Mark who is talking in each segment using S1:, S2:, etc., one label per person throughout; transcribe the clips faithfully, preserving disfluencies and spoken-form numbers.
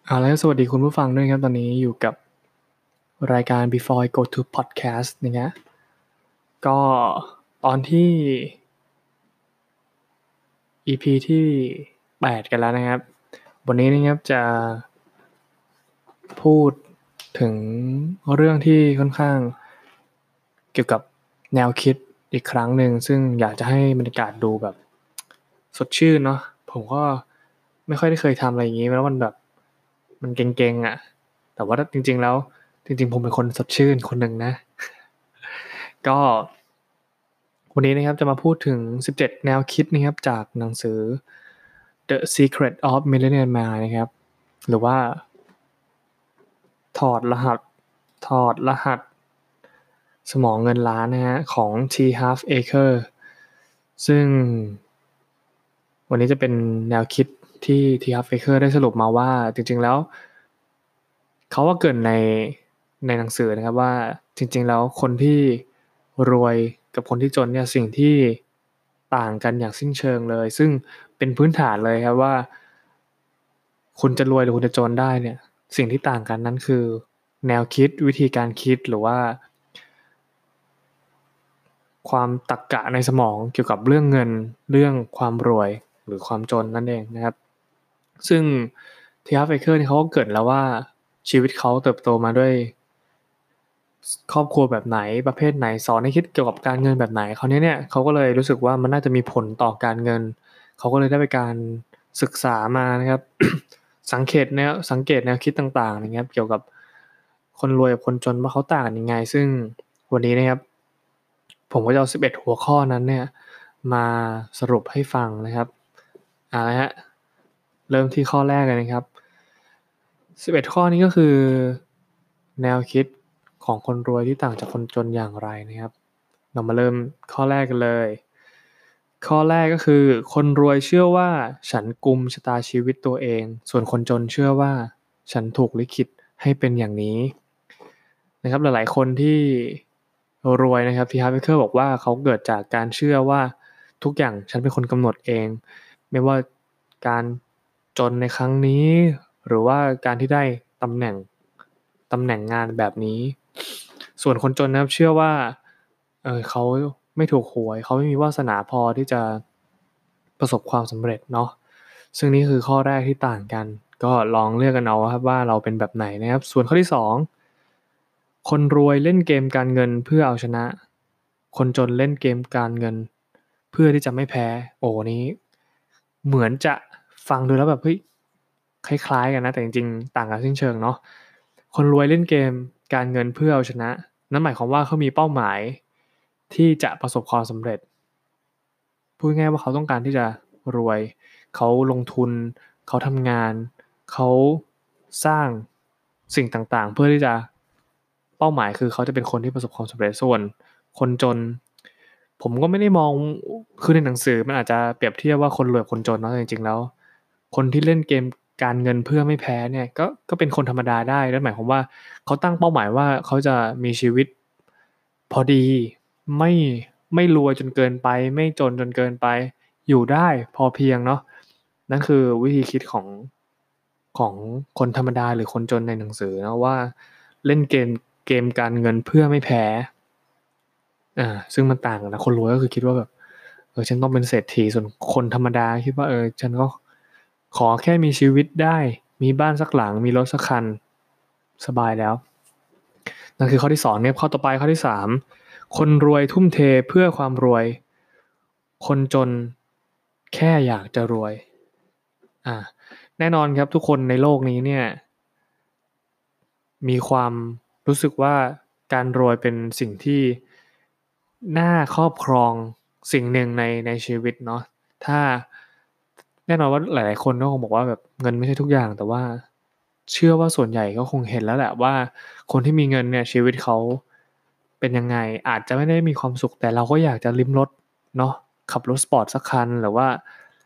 S1: เอาแล้วสวัสดีคุณผู้ฟังด้วยครับตอนนี้อยู่กับรายการ Before I Go to Podcast นะฮะก็ตอนที่ อี พี ที่แปดกันแล้วนะครับวันนี้นะครับจะพูดถึงเรื่องที่ค่อนข้างเกี่ยวกับแนวคิดอีกครั้งหนึ่งซึ่งอยากจะให้บรรยากาศดูแบบสดชื่นเนาะผมก็ไม่ค่อยได้เคยทำอะไรอย่างนี้แล้วมันแบบมันเก่งๆอ่ะแต่ว่าจริงๆแล้วจริงๆผมเป็นคนสดชื่นคนหนึ่งนะก็วันนี้นะครับจะมาพูดถึงสิบเจ็ดแนวคิดนะครับจากหนังสือ The Secret of Millionaire Man นะครับหรือว่าถอดรหัสถอดรหัสสมองเงินล้านนะฮะของ T Half Acre ซึ่งวันนี้จะเป็นแนวคิดที่ T Half Acre ได้สรุปมาว่าจริงๆแล้วเขาว่าเกิดในในหนังสือนะครับว่าจริงๆแล้วคนที่รวยกับคนที่จนเนี่ยสิ่งที่ต่างกันอย่างสิ้นเชิงเลยซึ่งเป็นพื้นฐานเลยครับว่าคุณจะรวยหรือคุณจะจนได้เนี่ยสิ่งที่ต่างกันนั้นคือแนวคิดวิธีการคิดหรือว่าความตรรกะในสมองเกี่ยวกับเรื่องเงินเรื่องความรวยหรือความจนนั่นเองนะครับซึ่งทีฮาร์ฟเอเคอร์นี่เขาก็เกริ่นแล้วว่าชีวิตเขาเติบโตมาด้วยครอบครัวแบบไหนประเภทไหนสอนให้คิดเกี่ยวกับการเงินแบบไหนคราวนี้เนี่ยเขาก็เลยรู้สึกว่ามันน่าจะมีผลต่อการเงินเขาก็เลยได้ไปการศึกษามานะครับ สังเกตแนวสังเกตแนวคิดต่างๆนะครับเกี่ยวกับคนรวยกับคนจนว่าเขาต่างกันยังไงซึ่งวันนี้นะครับผมก็จะเอาสิบเอ็ดหัวข้อนั้นเนี่ยมาสรุปให้ฟังนะครับเอาละฮะเริ่มที่ข้อแรกเลยนะครับสิบเอ็ดข้อนี้ก็คือแนวคิดของคนรวยที่ต่างจากคนจนอย่างไรนะครับเรามาเริ่มข้อแรกกันเลยข้อแรกก็คือคนรวยเชื่อว่าฉันกุมชะตาชีวิตตัวเองส่วนคนจนเชื่อว่าฉันถูกลิขิตให้เป็นอย่างนี้นะครับหลายๆคนที่รวยนะครับที่ฮาร์ฟเคอร์บอกว่าเขาเกิดจากการเชื่อว่าทุกอย่างฉันเป็นคนกำหนดเองไม่ว่าการจนในครั้งนี้หรือว่าการที่ได้ตำแหน่งตำแหน่งงานแบบนี้ส่วนคนจนนะครับเชื่อว่าเออเขาไม่ถูกหวยเขาไม่มีวาสนาพอที่จะประสบความสำเร็จเนาะซึ่งนี่คือข้อแรกที่ต่างกันก็ลองเลือกกันเอาครับว่าเราเป็นแบบไหนนะครับส่วนข้อที่สองคนรวยเล่นเกมการเงินเพื่อเอาชนะคนจนเล่นเกมการเงินเพื่อที่จะไม่แพ้โอ้นี้เหมือนจะฟังดูแล้วแบบเฮ้ยคล้ายๆกันนะแต่จริงๆต่างกันสิ้นเชิงเนาะคนรวยเล่นเกมการเงินเพื่อเอาชนะนั่นหมายความว่าเขามีเป้าหมายที่จะประสบความสำเร็จพูดง่ายๆว่าเขาต้องการที่จะรวยเขาลงทุนเขาทำงานเขาสร้างสิ่งต่างๆเพื่อที่จะเป้าหมายคือเขาจะเป็นคนที่ประสบความสำเร็จส่วนคนจนผมก็ไม่ได้มองคือในหนังสือมันอาจจะเปรียบเทียบว่าคนรวยกับคนจนเนาะแต่จริงๆแล้วคนที่เล่นเกมการเงินเพื่อไม่แพ้เนี่ยก็ก็เป็นคนธรรมดาได้นั่นหมายความว่าเขาตั้งเป้าหมายว่าเขาจะมีชีวิตพอดีไม่ไม่รวยจนเกินไปไม่จนจนเกินไปอยู่ได้พอเพียงเนาะนั่นคือวิธีคิดของของคนธรรมดาหรือคนจนในหนังสือเนาะว่าเล่นเกมเกมการเงินเพื่อไม่แพ้อ่าซึ่งมันต่างกันนะคนรวยก็คือคิดว่าแบบเออฉันต้องเป็นเศรษฐีส่วนคนธรรมดาคิดว่าเออฉันก็ขอแค่มีชีวิตได้มีบ้านสักหลังมีรถสักคันสบายแล้วนั่นคือข้อที่สองเนี่ยข้อต่อไปข้อที่สามคนรวยทุ่มเทเพื่อความรวยคนจนแค่อยากจะรวยอ่าแน่นอนครับทุกคนในโลกนี้เนี่ยมีความรู้สึกว่าการรวยเป็นสิ่งที่น่าครอบครองสิ่งหนึ่งในในชีวิตเนาะถ้าแน่นอนว่าหลายๆคนก็คงบอกว่าแบบเงินไม่ใช่ทุกอย่างแต่ว่าเชื่อว่าส่วนใหญ่ก็คงเห็นแล้วแหละว่าคนที่มีเงินเนี่ยชีวิตเขาเป็นยังไงอาจจะไม่ได้มีความสุขแต่เราก็อยากจะลิ้มรสเนาะขับรถสปอร์ตสักคันหรือว่า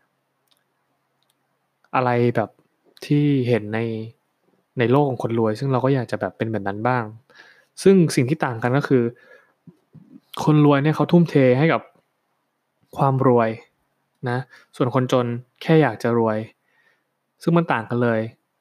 S1: อะไรแบบที่เห็นในในโลกของคนรวยซึ่งเราก็อยากจะแบบเป็นแบบนั้นบ้างซึ่งสิ่งที่ต่างกันก็คือคนรวยเนี่ยเขาทุ่มเทให้กับความรวยนะส่วนคนจนแค่อยากจะรวยซึ่งมันต่างกันเลย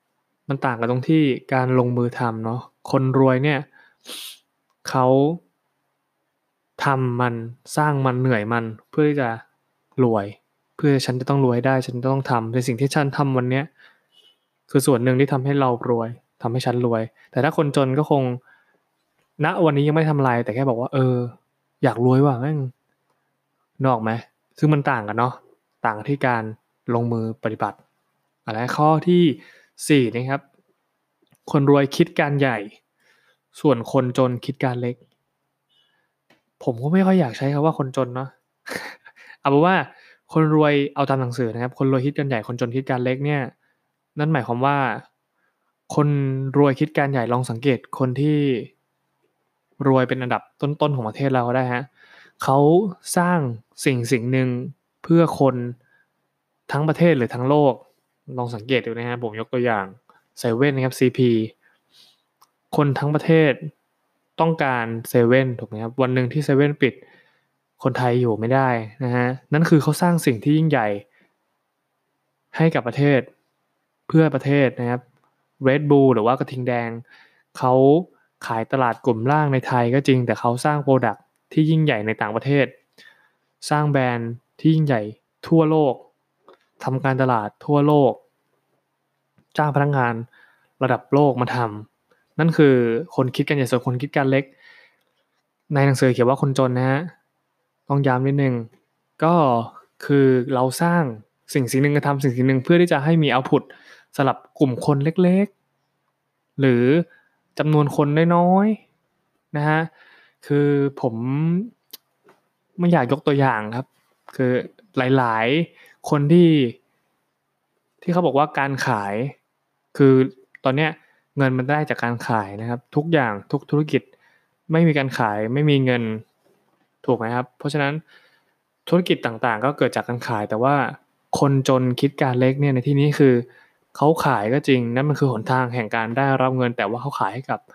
S1: มันต่างกันตรงที่การลงมือทำเนาะคนรวยเนี่ยเขาทำมันสร้างมันเหนื่อยมันเพื่อที่จะรวยเพื่อฉันจะต้องรวยให้ได้ฉันจะต้องทำในสิ่งที่ฉันทำวันเนี้ยคือส่วนหนึ่งที่ทำให้เรารวยทำให้ฉันรวยแต่ถ้าคนจนก็คงณวันนี้ยังไม่ทำอะไรแต่แค่บอกว่าเอออยากรวยว่ะแม่งนึกออกไหมซึ่งมันต่างกันเนาะต่างที่การลงมือปฏิบัติและข้อที่สี่นะครับคนรวยคิดการใหญ่ส่วนคนจนคิดการเล็กผมก็ไม่ค่อยอยากใช้คำว่าคนจนเนาะ เอาเป็นว่าคนรวยเอาตามหนังสือนะครับคนรวยคิดการใหญ่คนจนคิดการเล็กเนี่ยนั่นหมายความว่าคนรวยคิดการใหญ่ลองสังเกตคนที่รวยเป็นอันดับต้นๆของประเทศเราก็ได้ฮะเขาสร้างสิ่งสิ่งหนึ่งเพื่อคนทั้งประเทศหรือทั้งโลกลองสังเกตดูนะฮะผมยกตัวอย่างเซเว่นนะครับ ซี พี คนทั้งประเทศต้องการเซเว่นถูกไหมครับวันหนึ่งที่เซเว่นปิดคนไทยอยู่ไม่ได้นะฮะนั่นคือเขาสร้างสิ่งที่ยิ่งใหญ่ให้กับประเทศเพื่อประเทศนะครับ Red Bull หรือว่ากระทิงแดงเขาขายตลาดกลุ่มล่างในไทยก็จริงแต่เขาสร้างโปรดักต์ที่ยิ่งใหญ่ในต่างประเทศสร้างแบรนด์ที่ยิ่งใหญ่ทั่วโลกทำการตลาดทั่วโลกจ้างพนักงานระดับโลกมาทำนั่นคือคนคิดกันใหญ่ส่วนคนคิดกันเล็กในหนังสือเขียนว่าคนจนนะฮะต้องย้ำนิดนึงก็คือเราสร้างสิ่งสิ่งหนึ่งกระทำสิ่งสิ่งหนึ่งเพื่อที่จะให้มีเอาต์พุตสำหรับกลุ่มคนเล็กๆหรือจำนวนคนน้อยๆนะฮะคือผมไม่อยากยกตัวอย่างครับคือหลายๆคนที่ที่เขาบอกว่าการขายคือตอนเนี้ยเงินมันได้จากการขายนะครับทุกอย่างทุกธุรกิจไม่มีการขายไม่มีเงินถูกไหมครับเพราะฉะนั้นธุรกิจต่างๆก็เกิดจากการขายแต่ว่าคนจนคิดการเล็กเนี่ยในที่นี้คือเขาขายก็จริงนั่นมันคือหนทางแห่งการได้รับเงินแต่ว่าเขาขายให้กับ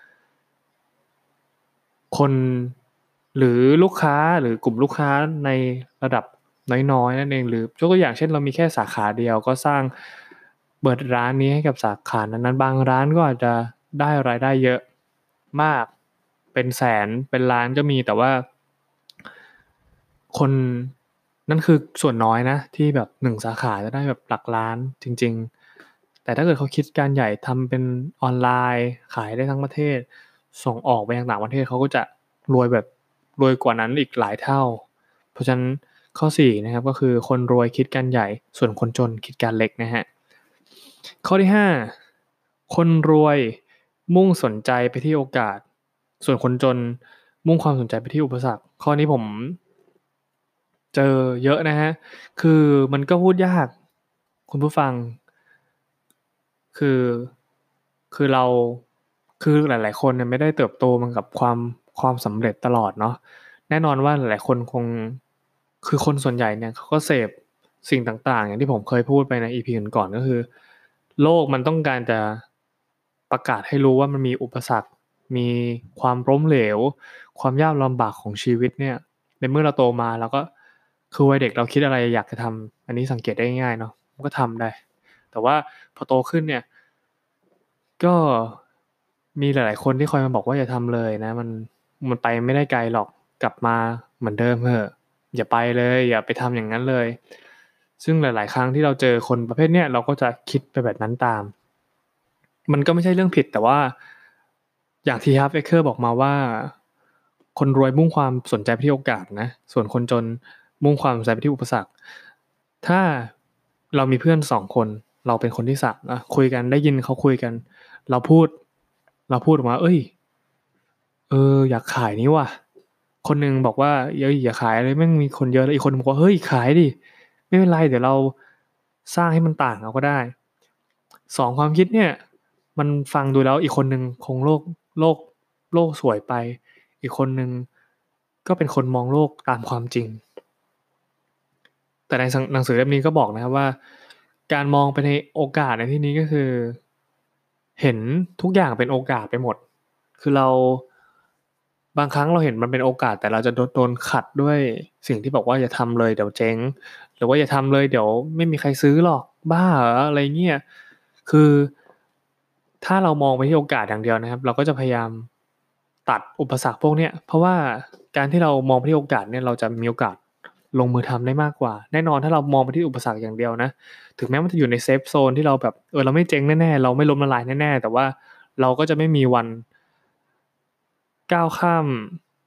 S1: คนหรือลูกค้าหรือกลุ่มลูกค้าในระดับน้อยๆนั่นเองหรือยกตัวอย่างเช่นเรามีแค่สาขาเดียวก็สร้างเปิดร้านนี้ให้กับสาขานั้นๆบางร้านก็อาจจะได้รายได้เยอะมากเป็นแสนเป็นล้านก็มีแต่ว่าคนนั่นคือส่วนน้อยนะที่แบบหนึ่งสาขาจะได้แบบหลักล้านจริงๆแต่ถ้าเกิดเขาคิดการใหญ่ทำเป็นออนไลน์ขายได้ทั้งประเทศส่งออกไปยังต่างประเทศเขาก็จะรวยแบบรวยกว่านั้นอีกหลายเท่าเพราะฉะนั้นข้อสี่นะครับก็คือคนรวยคิดการใหญ่ส่วนคนจนคิดการเล็กนะฮะข้อที่ห้าคนรวยมุ่งสนใจไปที่โอกาสส่วนคนจนมุ่งความสนใจไปที่อุปสรรคข้อนี้ผมเจอเยอะนะฮะคือมันก็พูดยากคุณผู้ฟังคือคือเราคือหลายๆคนเนี่ยไม่ได้เติบโตมากับความความสำเร็จตลอดเนาะแน่นอนว่าหลายๆคนคงคือคนส่วนใหญ่เนี่ยเขาก็เสพสิ่งต่างๆอย่างที่ผมเคยพูดไปใน อี พี ก่อนๆก็คือโลกมันต้องการจะประกาศให้รู้ว่ามันมีอุปสรรคมีความล้มเหลวความยากลำบากของชีวิตเนี่ยในเมื่อเราโตมาเราก็คือวัยเด็กเราคิดอะไรอยากจะทำอันนี้สังเกตได้ง่ายๆเนาะมันก็ทำได้แต่ว่าพอโตขึ้นเนี่ยก็มีหลายๆคนที่คอยมาบอกว่าอย่าทำเลยนะมันมันไปไม่ได้ไกลหรอกกลับมาเหมือนเดิมเถอะอย่าไปเลยอย่าไปทำอย่างนั้นเลยซึ่งหลายๆครั้งที่เราเจอคนประเภทเนี้ยเราก็จะคิดไปแบบนั้นตามมันก็ไม่ใช่เรื่องผิดแต่ว่าอย่างที่ Harv Eker บอกมาว่าคนรวยมุ่งความสนใจไปที่โอกาสนะส่วนคนจนมุ่งความสนใจไปที่อุปสรรคถ้าเรามีเพื่อนสองคนเราเป็นคนที่สามนะคุยกันได้ยินเขาคุยกันเราพูดเราพูดออกมาเอ้ยเอออยากขายนี้ว่ะคนหนึ่งบอกว่าเอ้ยอย่าขายเลยแม่งมีคนเยอะแล้วอีกคนบอกว่าเฮ้ยขายดิไม่เป็นไรเดี๋ยวเราสร้างให้มันต่างเอาก็ได้สองความคิดเนี่ยมันฟังดูแล้วอีกคนหนึ่งคงโลกโลกโลกสวยไปอีกคนหนึ่งก็เป็นคนมองโลกตามความจริงแต่ในหนังสือเล่มนี้ก็บอกนะครับว่าการมองไปในโอกาสในที่นี้ก็คือเห็นทุกอย่างเป็นโอกาสไปหมดคือเราบางครั้งเราเห็นมันเป็นโอกาสแต่เราจะโดนโดนขัดด้วยสิ่งที่บอกว่าอย่าทำเลยเดี๋ยวเจ๊งหรือว่าอย่าทำเลยเดี๋ยวไม่มีใครซื้อหรอกบ้าเหรออะไรเงี้ยคือถ้าเรามองไปที่โอกาสอย่างเดียวนะครับเราก็จะพยายามตัดอุปสรรคพวกเนี้ยเพราะว่าการที่เรามองไปที่โอกาสเนี่ยเราจะมีโอกาสลงมือทำได้มากกว่าแน่นอนถ้าเรามองไปที่อุปสรรคอย่างเดียวนะถึงแม้มันจะอยู่ในเซฟโซนที่เราแบบเออเราไม่เจ๊งแน่ๆเราไม่ล้มละลายแน่ๆแต่ว่าเราก็จะไม่มีวันก้าวข้าม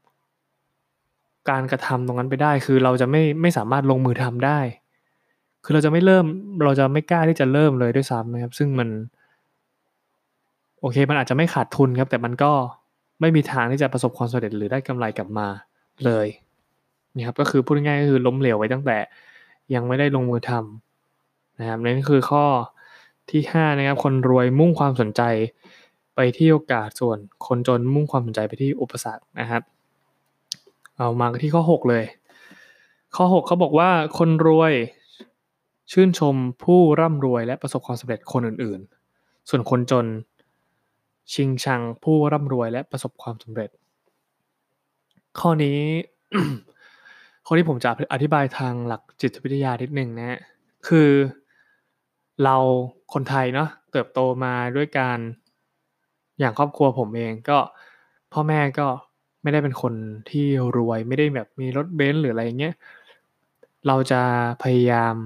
S1: การกระทำตรงนั้นไปได้คือเราจะไม่ไม่สามารถลงมือทำได้คือเราจะไม่เริ่มเราจะไม่กล้าที่จะเริ่มเลยด้วยซ้ำนะครับซึ่งมันโอเคมันอาจจะไม่ขาดทุนครับแต่มันก็ไม่มีทางที่จะประสบความสำเร็จหรือได้กำไรกลับมาเลยนะครับก็คือพูดง่ายๆก็คือล้มเหลวไว้ตั้งแต่ยังไม่ได้ลงมือทำนะครับนั่นคือข้อที่ห้านะครับคนรวยมุ่งความสนใจไปที่โอกาสส่วนคนจนมุ่งความสนใจไปที่อุปสรรคนะครับ เอามาที่ข้อหกเลยข้อหกเขาบอกว่าคนรวยชื่นชมผู้ร่ำรวยและประสบความสำเร็จคนอื่นๆส่วนคนจนชิงชังผู้ร่ำรวยและประสบความสำเร็จข้อนี้ ข้อนี้ผมจะอธิบายทางหลักจิตวิทยานิดหนึ่งนะฮะคือเราคนไทยเนาะเติบโตมาด้วยการอย่างครอบครัวผมเองก็พ่อแม่ก็ไม่ได้เป็นคนที่รวยไม่ได้แบบมีรถเบนซ์หรืออะไรอย่างเงี้ยเราจะพยายาม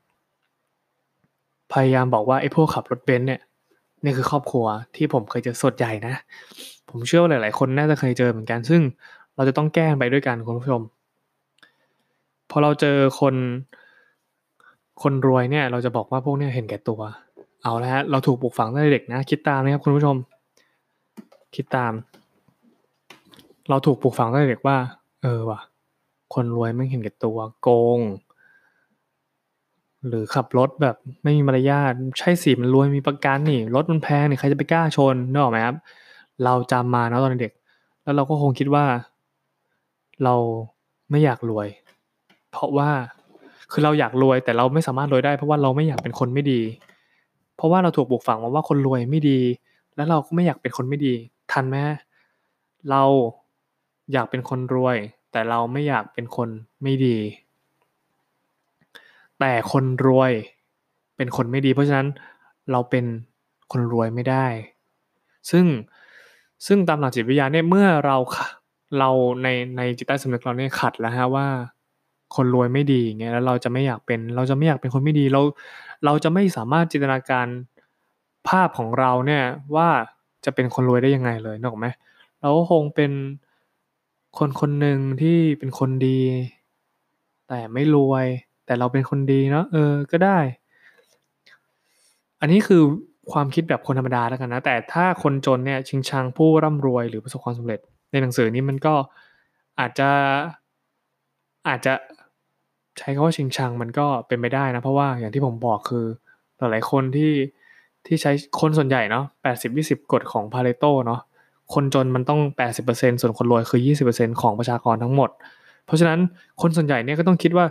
S1: พยายามบอกว่าไอ้พวกขับรถเบนซ์เนี่ยนี่คือครอบครัวที่ผมเคยเจอส่วนใหญ่นะผมเชื่อว่าหลายๆคนน่าจะเคยเจอเหมือนกันซึ่งเราจะต้องแก้ไปด้วยกันคุณผู้ชมพอเราเจอคนคนรวยเนี่ยเราจะบอกว่าพวกเนี้ยเห็นแก่ตัวเอาละฮะเราถูกปลูกฝังตั้งแต่เด็กนะคิดตามนะครับคุณผู้ชมคิดตามเราถูกปลูกฝังตั้งแต่เด็กว่าเออว่ะคนรวยแม่งเห็นแก่ตัวโกงหรือขับรถแบบไม่มีมารยาทใช่สิมันรวยมีประกันนี่รถมันแพงนี่ใครจะไปกล้าชนนึกออกไหมครับเราจำมาเนาะตอนเด็กแล้วเราก็คงคิดว่าเราไม่อยากรวยเพราะว่าคือเราอยากรวยแต่เราไม่สามารถรวยได้เพราะว่าเราไม่อยากเป็นคนไม่ดีเพราะว่าเราถูกปลูกฝังมาว่าคนรวยไม่ดีแล้วเราก็ไม่อยากเป็นคนไม่ดีทันไหมเราอยากเป็นคนรวยแต่เราไม่อยากเป็นคนไม่ดีแต่คนรวยเป็นคนไม่ดีเพราะฉะนั้นเราเป็นคนรวยไม่ได้ซึ่งซึ่งตามหลักจิตวิทยาเนี่ยเมื่อเราเราในในจิตใต้สำนึกเราเนี่ยขัดแล้วฮะว่าคนรวยไม่ดีอย่างเงี้ยแล้วเราจะไม่อยากเป็นเราจะไม่อยากเป็นคนไม่ดีเราเราจะไม่สามารถจินตนาการภาพของเราเนี่ยว่าจะเป็นคนรวยได้ยังไงเลยนึกออกไหมเราก็คงเป็นคนคนหนึ่งที่เป็นคนดีแต่ไม่รวยแต่เราเป็นคนดีเนาะเออก็ได้อันนี้คือความคิดแบบคนธรรมดาแล้วกันนะแต่ถ้าคนจนเนี่ยชิงชังผู้ร่ำรวยหรือประสบความสำเร็จในหนังสือนี้มันก็อาจจะอาจจะใช้คำว่าชิงชังมันก็เป็นไปได้นะเพราะว่าอย่างที่ผมบอกคือหลายๆคนที่ที่ใช้คนส่วนใหญ่เนาะแปดสิบ ยี่สิบกฎของ Pareto เนาะคนจนมันต้อง แปดสิบเปอร์เซ็นต์ ส่วนคนรวยคือ ยี่สิบเปอร์เซ็นต์ ของประชากรทั้งหมดเพราะฉะนั้นคนส่วนใหญ่เนี่ยก็ต้องคิดว่า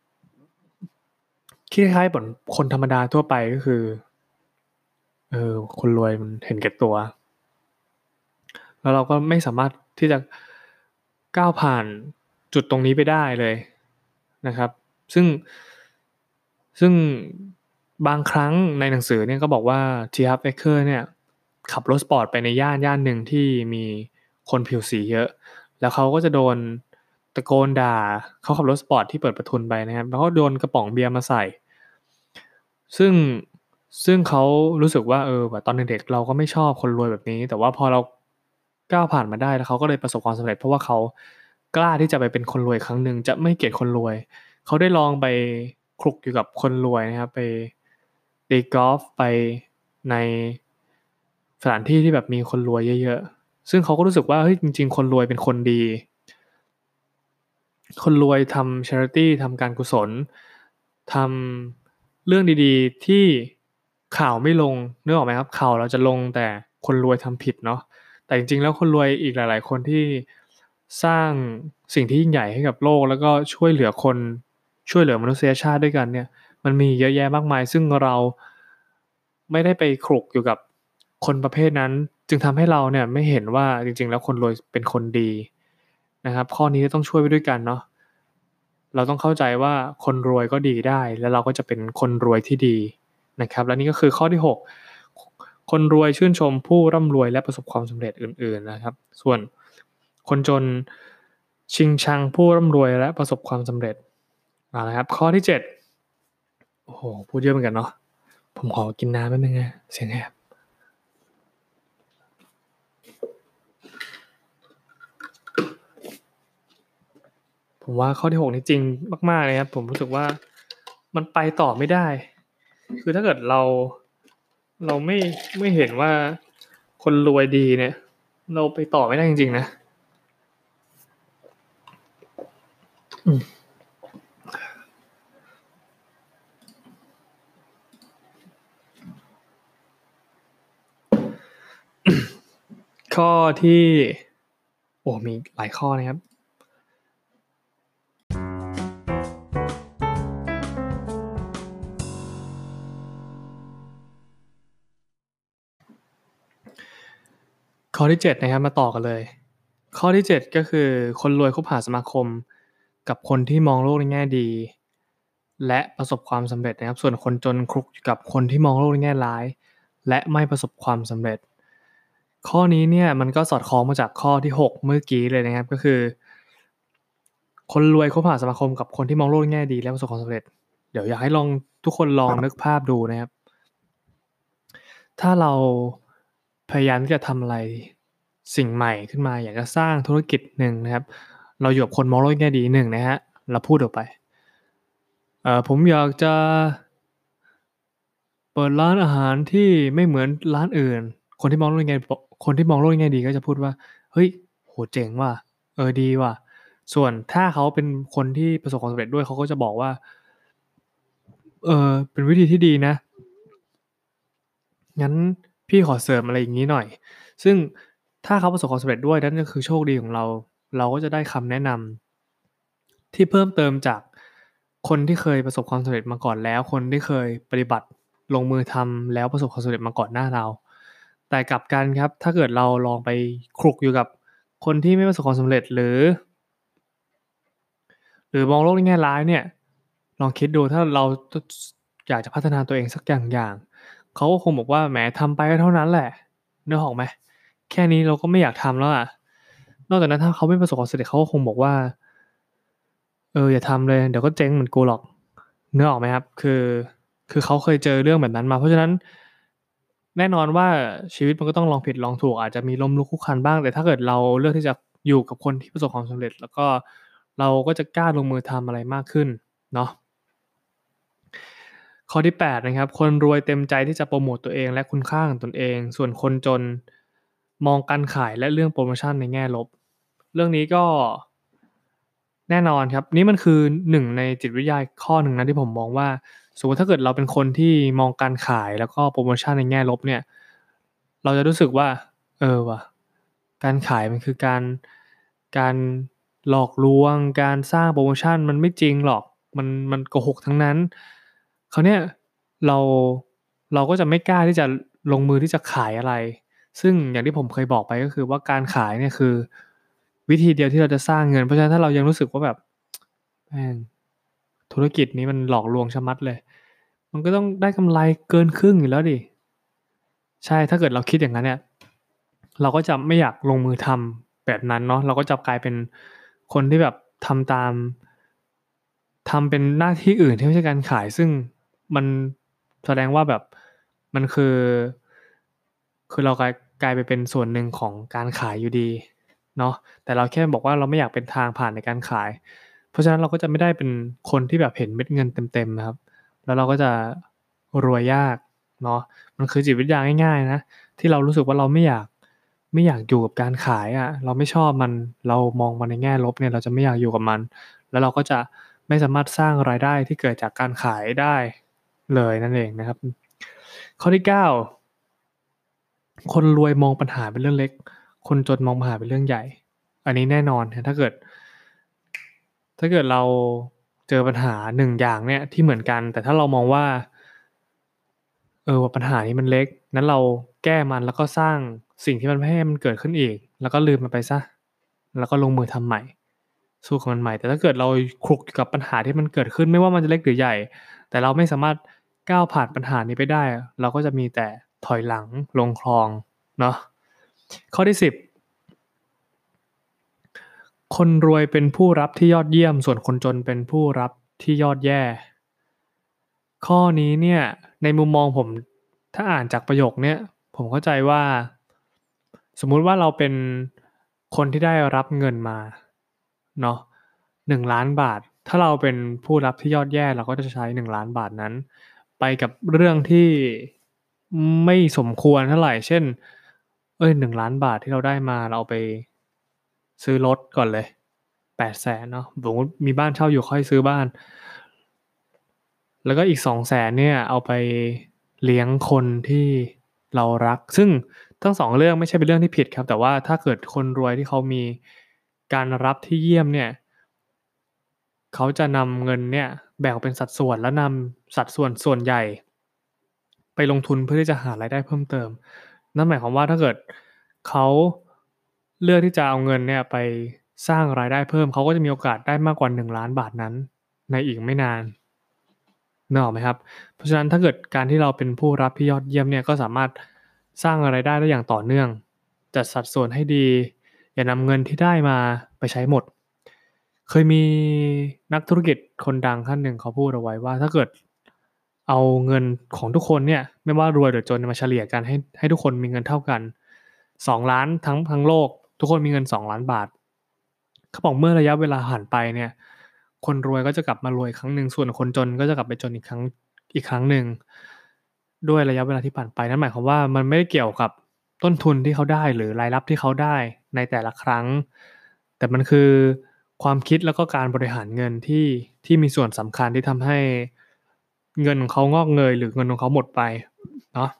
S1: คิดคล้ายๆเหมือนคนธรรมดาทั่วไปก็คือเออคนรวยมันเห็นแก่ตัวแล้วเราก็ไม่สามารถที่จะก้าวผ่านจุดตรงนี้ไปได้เลยนะครับซึ่งซึ่งบางครั้งในหนังสือเนี่ยก็บอกว่า ที ฮัฟ Eker เนี่ยขับรถสปอร์ตไปในย่านย่านหนึ่งที่มีคนผิวสีเยอะแล้วเขาก็จะโดนตะโกนด่าเขาขับรถสปอร์ตที่เปิดประทุนไปนะครับแล้วก็โดนกระป๋องเบียร์มาใส่ซึ่งซึ่งเขารู้สึกว่าเออแบบตอนเด็กๆเราก็ไม่ชอบคนรวยแบบนี้แต่ว่าพอเราก้าวผ่านมาได้แล้วเขาก็เลยประสบความสำเร็จเพราะว่าเขากล้าที่จะไปเป็นคนรวยครั้งหนึ่งจะไม่เกลียดคนรวยเขาได้ลองไปคลุกอยู่กับคนรวยนะครับไปตีกอล์ฟไปในสถานที่ที่แบบมีคนรวยเยอะๆซึ่งเขาก็รู้สึกว่าเฮ้ยจริงๆคนรวยเป็นคนดี คนรวยทำ charity ทำการกุศลทำเรื่องดีๆที่ข่าวไม่ลงนึกออกไหมครับข่าวเราจะลงแต่คนรวยทำผิดเนาะแต่จริงๆแล้วคนรวยอีกหลายๆคนที่สร้างสิ่งที่ยิ่งใหญ่ให้กับโลกแล้วก็ช่วยเหลือคนช่วยเหลือมนุษยชาติด้วยกันเนี่ยมันมีเยอะแยะมากมายซึ่งเราไม่ได้ไปขลุกอยู่กับคนประเภทนั้นจึงทำให้เราเนี่ยไม่เห็นว่าจริงๆแล้วคนรวยเป็นคนดีนะครับข้อนี้ต้องช่วยไปด้วยกันเนาะ เราต้องเข้าใจว่าคนรวยก็ดีได้แล้วเราก็จะเป็นคนรวยที่ดีนะครับและนี่ก็คือข้อที่หกคนรวยชื่นชมผู้ร่ำรวยและประสบความสำเร็จอื่นๆนะครับส่วนคนจนชิงชังผู้ร่ำรวยและประสบความสำเร็จเอาละครับข้อที่เจ็ดโอ้โฮพูดเยอะเหมือนกันเนาะผมขอกินน้ำแป๊บนึงนะเสียงแหบผมว่าข้อที่หกนี่จริงมากๆเลยครับผมรู้สึกว่ามันไปต่อไม่ได้คือถ้าเกิดเราเราไม่ไม่เห็นว่าคนรวยดีเนี่ยเราไปต่อไม่ได้จริงๆนะอืมข้อที่โอ้มีหลายข้อนะครับข้อที่เจ็ดนะครับมาต่อกันเลยข้อที่เจ็ดก็คือคนรวยคบหาสมาคมกับคนที่มองโลกในแง่ดีและประสบความสำเร็จนะครับส่วนคนจนคลุกอยู่กับคนที่มองโลกในแง่ร้ายและไม่ประสบความสำเร็จข้อนี้เนี่ยมันก็สอดคล้องมาจากข้อที่หกเมื่อกี้เลยนะครับก็คือคนรวยคบหาสมาคมกับคนที่มองโลกในแง่ดีและประสบความสำเร็จเดี๋ยวอยากให้ลองทุกคนลองนึกภาพดูนะครับถ้าเราพยายามที่จะทำอะไรสิ่งใหม่ขึ้นมาอยากจะสร้างธุรกิจหนึ่งนะครับเราอยู่กับคนมองโลกในแง่ดีหนึ่งนะครับเราพูดออกไปเอ่อผมอยากจะเปิดร้านอาหารที่ไม่เหมือนร้านอื่นคนที่มองโลกในแง่บคนที่มองโลกในแง่ดีก็จะพูดว่าเฮ้ยโอ้โฮเจ๋งว่ะเออดีว่ะส่วนถ้าเขาเป็นคนที่ประสบความสำเร็จด้วยเขาก็จะบอกว่าเออเป็นวิธีที่ดีนะงั้นพี่ขอเสริมอะไรอย่างงี้หน่อยซึ่งถ้าเขาประสบความสำเร็จด้วยนั่นก็คือโชคดีของเราเราก็จะได้คำแนะนำที่เพิ่มเติมจากคนที่เคยประสบความสำเร็จมาก่อนแล้วคนที่เคยปฏิบัติ ลงมือทำแล้วประสบความสำเร็จมาก่อนหน้าเราแต่กลับกันครับถ้าเกิดเราลองไปคลุกอยู่กับคนที่ไม่ประสบความสำเร็จหรือหรือมองโลกในแง่ร้ายเนี่ยลองคิดดูถ้าเราตสอยากจะพัฒนาตัวเองสักอย่างอย่างเขาก็คงบอกว่าแหมทำไปก็เท่านั้นแหละนึกออกไหมแค่นี้เราก็ไม่อยากทำแล้วอะนอกจากนั้นถ้าเขาไม่ประสบความสำเร็จเขาก็คงบอกว่าเอออย่าทำเลยเดี๋ยวก็เจ๊งเหมือนกูหรอกนึกออกไหมครับคือคือเขาเคยเจอเรื่องแบบนั้นมาเพราะฉะนั้น แน่นอนว่าชีวิตมันก็ต้องลองผิดลองถูกอาจจะมีล้มลุกคลุกคลานบ้างแต่ถ้าเกิดเราเลือกที่จะอยู่กับคนที่ประสบความสำเร็จแล้วก็เราก็จะกล้าลงมือทำอะไรมากขึ้นเนาะข้อที่แปดนะครับคนรวยเต็มใจที่จะโพรโมตตัวเองและคุณค่าของตนเองส่วนคนจนมองการขายและเรื่องโพรโมชันในแง่ลบเรื่องนี้ก็แน่นอนครับนี่มันคือหนึ่งในจิตวิทยาอีกข้อหนึ่งนะที่ผมมองว่าสมมุติถ้าเกิดเราเป็นคนที่มองการขายแล้วก็โพรโมชันในแง่ลบเนี่ย เราจะรู้สึกว่าเออว่ะการขายมันคือการการหลอกลวงการสร้างโพรโมชันมันไม่จริงหรอกมันมันโกหกทั้งนั้นคราวเนี้ยเราเราก็จะไม่กล้าที่จะลงมือที่จะขายอะไรซึ่งอย่างที่ผมเคยบอกไปก็คือว่าการขายเนี่ยคือวิธีเดียวที่เราจะสร้างเงินเพราะฉะนั้นถ้าเรายังรู้สึกว่าแบบแม่งธุรกิจนี้มันหลอกลวงชะมัดเลยมันก็ต้องได้กำไรเกินครึ่งอยู่แล้วดิ ใช่ถ้าเกิดเราคิดอย่างนั้นเนี่ยเราก็จะไม่อยากลงมือทำแบบนั้นเนาะเราก็จะกลายเป็นคนที่แบบทำตามทำเป็นหน้าที่อื่นที่ไม่ใช่การขายซึ่งมันแสดงว่าแบบมันคือคือเรากลายกลายไปเป็นส่วนหนึ่งของการขายอยู่ดีเนาะแต่เราแค่บอกว่าเราไม่อยากเป็นทางผ่านในการขายเพราะฉะนั้นเราก็จะไม่ได้เป็นคนที่แบบเห็นเม็ดเงินเต็มๆนะครับแล้วเราก็จะรวยยากเนาะ มันคือจิตวิทยาง่ายๆนะที่เรารู้สึกว่าเราไม่อยากไม่อยากอยู่กับการขายอะเราไม่ชอบมันเรามองมันในแง่ลบเนี่ยเราจะไม่อยากอยู่กับมันแล้วเราก็จะไม่สามารถสร้างรายได้ที่เกิดจากการขายได้เลยนั่นเองนะครับข้อที่เก้าคนรวยมองปัญหาเป็นเรื่องเล็กคนจนมองปัญหาเป็นเรื่องใหญ่อันนี้แน่นอนครับถ้าเกิดถ้าเกิดเราเจอปัญหาหนึ่งอย่างเนี่ยที่เหมือนกันแต่ถ้าเรามองว่า เออว่าปัญหานี้มันเล็กงั้นเราแก้มันแล้วก็สร้างสิ่งที่มันไม่ให้มันเกิดขึ้นอีกแล้วก็ลืมมันไปเสียแล้วก็ลงมือทำใหม่สู้กับมันใหม่แต่ถ้าเกิดเราคลุกอยู่กับปัญหาที่มันเกิดขึ้นไม่ว่ามันจะเล็กหรือใหญ่แต่เราไม่สามารถก้าวผ่านปัญหานี้ไปได้อะเราก็จะมีแต่ถอยหลังลงคลองเนาะข้อที่สิบคนรวยเป็นผู้รับที่ยอดเยี่ยมส่วนคนจนเป็นผู้รับที่ยอดแย่ข้อนี้เนี่ยในมุมมองผมถ้าอ่านจากประโยคเนี้ยผมเข้าใจว่าสมมุติว่าเราเป็นคนที่ได้รับเงินมาเนาะหนึ่งล้านบาทถ้าเราเป็นผู้รับที่ยอดแย่เราก็จะใช้หนึ่งล้านบาทนั้นไปกับเรื่องที่ไม่สมควรเท่าไรเช่นเฮ้ยหนึ่งล้านบาทที่เราได้มาเราเอาไปซื้อรถก่อนเลยแปดแสนเนาะสมมุติมีบ้านเช่าอยู่ค่อยซื้อบ้านแล้วก็อีก สองแสน เนี่ยเอาไปเลี้ยงคนที่เรารักซึ่งทั้งสองเรื่องไม่ใช่เป็นเรื่องที่ผิดครับแต่ว่าถ้าเกิดคนรวยที่เขามีการรับที่เยี่ยมเนี่ยเขาจะนำเงินเนี่ยแบ่งออกเป็นสัดส่วนแล้วนำสัดส่วนส่วนใหญ่ไปลงทุนเพื่อที่จะหารายได้เพิ่มเติมนั่นหมายความว่าถ้าเกิดเขาเลือกที่จะเอาเงินเนี่ยไปสร้างรายได้เพิ่มเขาก็จะมีโอกาสได้มากกว่าหนึ่งล้านบาทนั้นในอีกไม่นานนึกออกไหมครับเพราะฉะนั้นถ้าเกิดการที่เราเป็นผู้รับที่ยอดเยี่ยมเนี่ยก็สามารถสร้างรายได้ได้อย่างต่อเนื่องจัดสัดส่วนให้ดีอย่านำเงินที่ได้มาไปใช้หมดเคยมีนักธุรกิจคนดังท่านหนึ่งเขาพูดเอาไว้ว่าถ้าเกิดเอาเงินของทุกคนเนี่ยไม่ว่ารวยหรือจนมาเฉลี่ยกันให้ให้ทุกคนมีเงินเท่ากันสองล้านทั้งทั้งโลกทุกคนมีเงินสองล้านบาทเขาบอกเมื่อระยะเวลาผ่านไปเนี่ยคนรวยก็จะกลับมารวยอีกครั้งหนึ่งส่วนคนจนก็จะกลับไปจนอีกครั้งอีกครั้งหนึ่งด้วยระยะเวลาที่ผ่านไปนั่นหมายความว่ามันไม่ได้เกี่ยวกับต้นทุนที่เขาได้หรือรายรับที่เขาได้ในแต่ละครั้งแต่มันคือความคิดแล้วก็การบริหารเงินที่ที่มีส่วนสำคัญที่ทำให้เงินของเขางอกเงยหรือเงินของเขาหมดไปเนาะ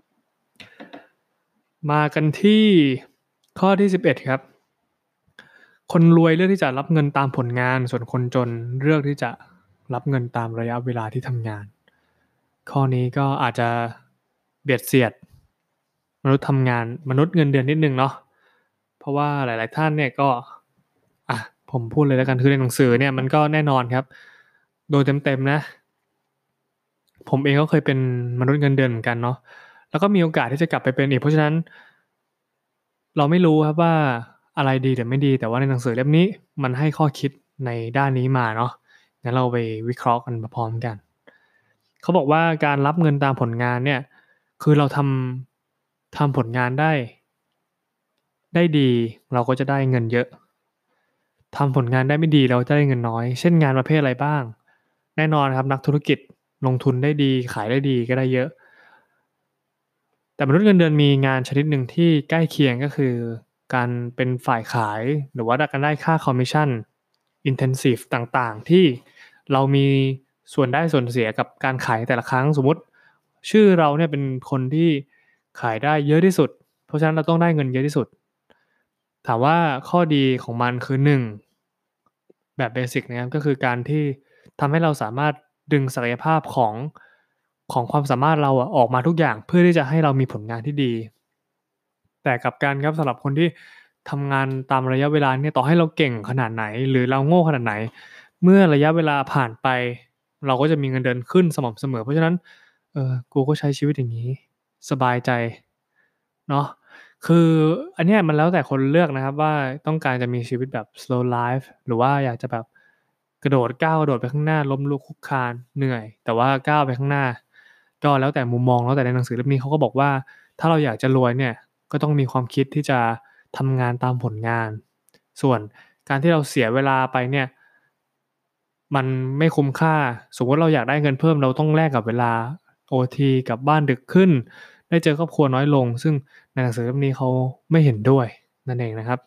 S1: มากันที่ข้อที่สิบเอ็ดครับคนรวยเลือกที่จะรับเงินตามผลงานส่วนคนจนเลือกที่จะรับเงินตามระยะเวลาที่ทำงานข้อนี้ก็อาจจะเบียดเสียดมนุษย์ทำงานมนุษย์เงินเดือนนิดหนึ่งเนาะเพราะว่าหลายๆท่านเนี่ยก็อะผมพูดเลยแล้วกันคือในหนังสือเนี่ยมันก็แน่นอนครับโดยเต็มๆนะผมเองก็เคยเป็นมนุษย์เงินเดือนเหมือนกันเนาะแล้วก็มีโอกาสที่จะกลับไปเป็นอีกเพราะฉะนั้นเราไม่รู้ครับว่าอะไรดีหรือไม่ดีแต่ว่าในหนังสือเล่มนี้มันให้ข้อคิดในด้านนี้มาเนาะงั้นเราไปวิเคราะห์กันพร้อมๆกันเขาบอกว่าการรับเงินตามผลงานเนี่ยคือเราทำทำผลงานได้ได้ดีเราก็จะได้เงินเยอะทำผลงานได้ไม่ดีเราจะได้เงินน้อยเช่นงานประเภทอะไรบ้างแน่นอนครับนักธุรกิจลงทุนได้ดีขายได้ดีก็ได้เยอะ แต่มนุษย์เงินเดือนมีงานชนิดหนึ่งที่ใกล้เคียงก็คือการเป็นฝ่ายขายหรือว่าการได้ค่าคอมมิชชั่น intensive ต่างๆที่เรามีส่วนได้ส่วนเสียกับการขายแต่ละครั้งสมมุติชื่อเราเนี่ยเป็นคนที่ขายได้เยอะที่สุดเพราะฉะนั้นเราต้องได้เงินเยอะที่สุดถามว่าข้อดีของมันคือหนึ่งแบบเบสิกนะครับก็คือการที่ทำให้เราสามารถดึงศักยภาพของของความสามารถเราอะออกมาทุกอย่างเพื่อที่จะให้เรามีผลงานที่ดีแต่กลับกันครับสำหรับคนที่ทำงานตามระยะเวลาเนี่ยต่อให้เราเก่งขนาดไหนหรือเราโง่ขนาดไหนเมื่อระยะเวลาผ่านไปเราก็จะมีเงินเดือนขึ้นสม่ำเสมอเพราะฉะนั้นเออกูก็ใช้ชีวิตอย่างงี้สบายใจเนาะคืออันเนี้ยมันแล้วแต่คนเลือกนะครับว่าต้องการจะมีชีวิตแบบ slow life หรือว่าอยากจะแบบกระโดดก้าวกระโดดไปข้างหน้าล้มลุกคลุกคลานเหนื่อยแต่ว่าก้าวไปข้างหน้าก็แล้วแต่มุมมองแล้วแต่ในหนังสือเล่มนี้เขาก็บอกว่าถ้าเราอยากจะรวยเนี่ยก็ต้องมีความคิดที่จะทำงานตามผลงานส่วนการที่เราเสียเวลาไปเนี่ยมันไม่คุ้มค่าสมมุติเราอยากได้เงินเพิ่มเราต้องแลกกับเวลาโอทีกลับบ้านดึกขึ้นได้เจอครอบครัวน้อยลงซึ่งในหนังสือเล่มนี้เขาไม่เห็นด้วยนั่นเองนะครับ